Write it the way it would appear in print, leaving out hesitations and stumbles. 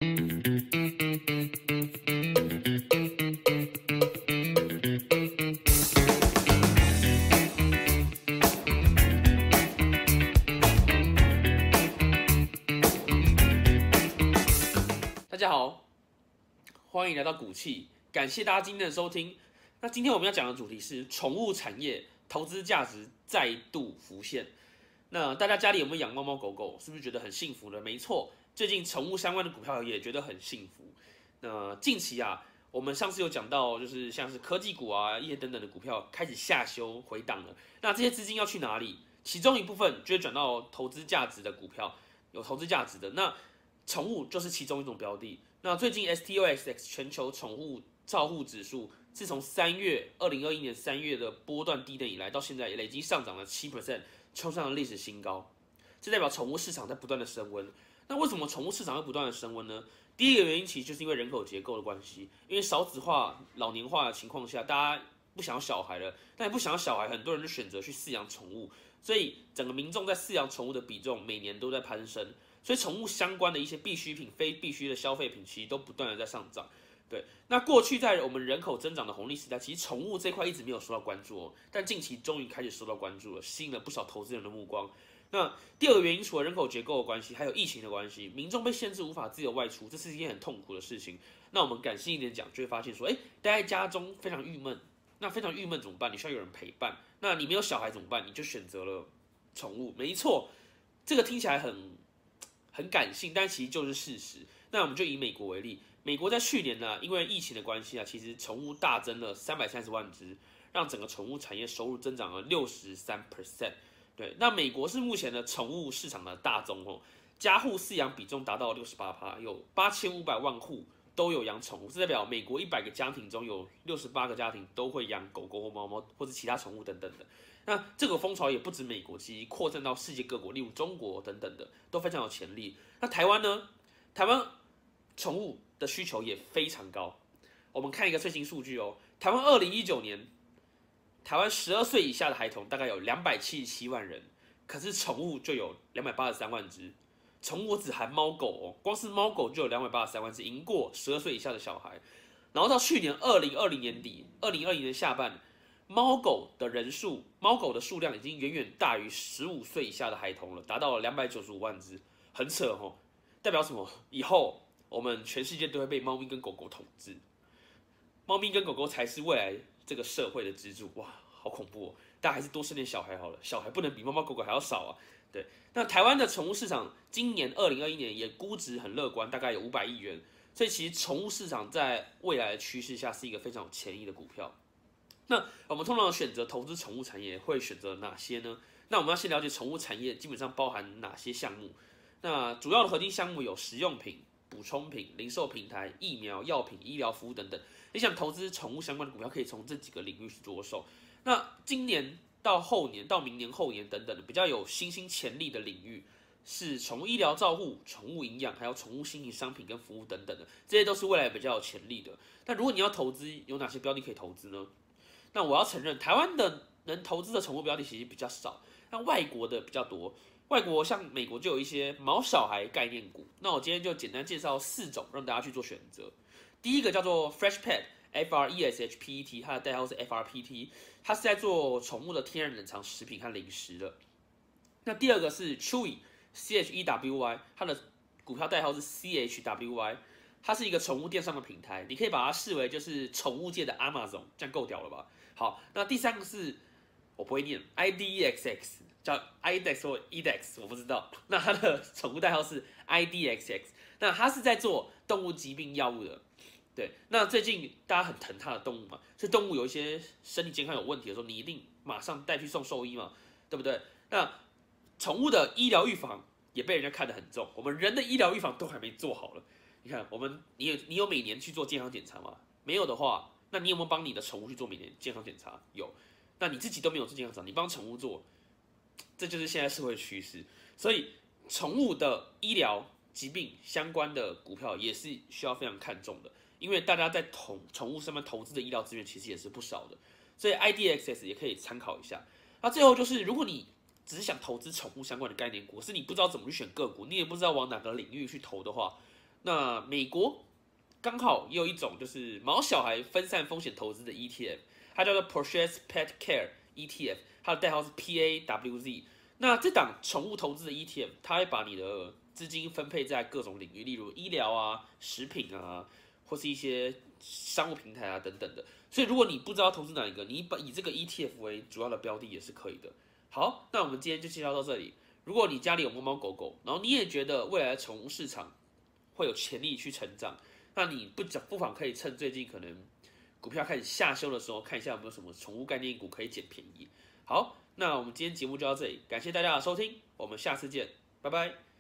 大家好，欢迎来到股气，感谢大家今天的收听。那今天我们要讲的主题是宠物产业投资价值再度浮现。那大家家里有没有养猫猫狗狗？是不是觉得很幸福呢？没错，最近宠物相关的股票也觉得很幸福。那近期啊，我们上次有讲到，就是像是科技股啊、一些等等的股票开始下修回档了。那这些资金要去哪里？其中一部分就会转到投资价值的股票，有投资价值的。那宠物就是其中一种标的。那最近 STOXX 全球宠物照护指数，自从2021年3月的波段低点以来，到现在也累积上涨了7%，冲上了历史新高。这代表宠物市场在不断的升温。那为什么宠物市场会不断的升温呢？第一个原因其实就是因为人口结构的关系，因为少子化、老年化的情况下，大家不想要小孩了，但也不想要小孩，很多人就选择去饲养宠物，所以整个民众在饲养宠物的比重每年都在攀升。所以宠物相关的一些必需品、非必需的消费品，其实都不断的在上涨。对，那过去在我们人口增长的红利时代，其实宠物这块一直没有受到关注哦，但近期终于开始受到关注了，吸引了不少投资人的目光。那第二个原因，除了人口结构的关系，还有疫情的关系，民众被限制无法自由外出，这是一件很痛苦的事情。那我们感性一点讲，就会发现说，待在家中非常郁闷。那非常郁闷怎么办？你需要有人陪伴。那你没有小孩怎么办？你就选择了宠物。没错，这个听起来很感性，但其实就是事实。那我们就以美国为例，美国在去年呢，因为疫情的关系啊，其实宠物大增了330万只，让整个宠物产业收入增长了63%。对，那美国是目前的宠物市场的大宗哦，家户饲养比重达到68%，有8500万户都有养宠物，这代表美国100个家庭中有68个家庭都会养狗狗或猫猫或者其他宠物等等的。那这个风潮也不止美国，其实扩散到世界各国，例如中国等等的，都非常有潜力。那台湾呢？台湾宠物的需求也非常高。我们看一个最新数据哦，台湾2019年，台湾12岁以下的孩童大概有277万人，可是宠物就有283万只。宠物只含猫狗哦，光是猫狗就有283万只，赢过12岁以下的小孩。然后到去年2020年底，2020年下半，猫狗的人数，猫狗的数量已经远远大于15岁以下的孩童了，达到了295万只，很扯哦。代表什么？以后我们全世界都会被猫咪跟狗狗统治，猫咪跟狗狗才是未来这个社会的支柱。哇，好恐怖哦！大家还是多生点小孩好了，小孩不能比猫猫狗狗还要少啊。对，那台湾的宠物市场今年2021年也估值很乐观，大概有500亿元，所以其实宠物市场在未来的趋势下是一个非常有潜力的股票。那我们通常选择投资宠物产业会选择哪些呢？那我们要先了解宠物产业基本上包含哪些项目。那主要的核心项目有食用品、补充品、零售平台、疫苗、药品、医疗服务等等。你想投资宠物相关的股票，可以从这几个领域去着手。那今年到后年、到明年后年等等的比较有新兴潜力的领域，是宠物医疗照护、宠物营养，还有宠物新型商品跟服务等等的，这些都是未来比较有潜力的。那如果你要投资，有哪些标的可以投资呢？那我要承认，台湾的能投资的宠物标的其实比较少，那外国的比较多。外国像美国就有一些毛小孩概念股。那我今天就简单介绍4种，让大家去做选择。第一个叫做 Freshpet，Freshpet，它的代号是 FRPT， 它是在做宠物的天然冷藏食品和零食的。那第二个是 Chewy，CHEWY， 它的股票代号是 CHWY。它是一个宠物电商的平台，你可以把它视为就是宠物界的 Amazon， 这样够屌了吧？好，那第3个是我不会念 IDEXX， 叫 IDEX 或 EDEX， 我不知道。那它的宠物代号是 IDXX， 那它是在做动物疾病药物的。对，那最近大家很疼它的动物嘛，所以动物有一些身体健康有问题的时候，你一定马上带去送兽医嘛，对不对？那宠物的医疗预防也被人家看得很重，我们人的医疗预防都还没做好了。你看，你有每年去做健康检查吗？没有的话，那你有没有帮你的宠物去做每年健康检查？有。那你自己都没有做健康检查，你帮宠物做，这就是现在社会的趋势。所以，宠物的医疗疾病相关的股票也是需要非常看重的，因为大家在宠物上面投资的医疗资源其实也是不少的。所以 IDXS 也可以参考一下。那最后就是，如果你只是想投资宠物相关的概念股，可是你不知道怎么去选个股，你也不知道往哪个领域去投的话， 那美国刚好也有一种就是毛小孩分散风险投资的 ETF，它叫做 Porches Pet Care ETF，它的代号是 PAWZ。那这档宠物投资的 ETF，它会把你的资金分配在各种领域，例如医疗啊、食品啊，或是一些商务平台啊等等的。所以如果你不知道投资哪一个，你以这个 ETF 为主要的标的也是可以的。好，那我们今天就介绍到这里。如果你家里有猫猫狗狗，然后你也觉得未来的宠物市场会有潜力去成长，那你不妨可以趁最近可能股票开始下修的时候，看一下有没有什么宠物概念股可以捡便宜。好，那我们今天节目就到这里，感谢大家的收听，我们下次见，拜拜。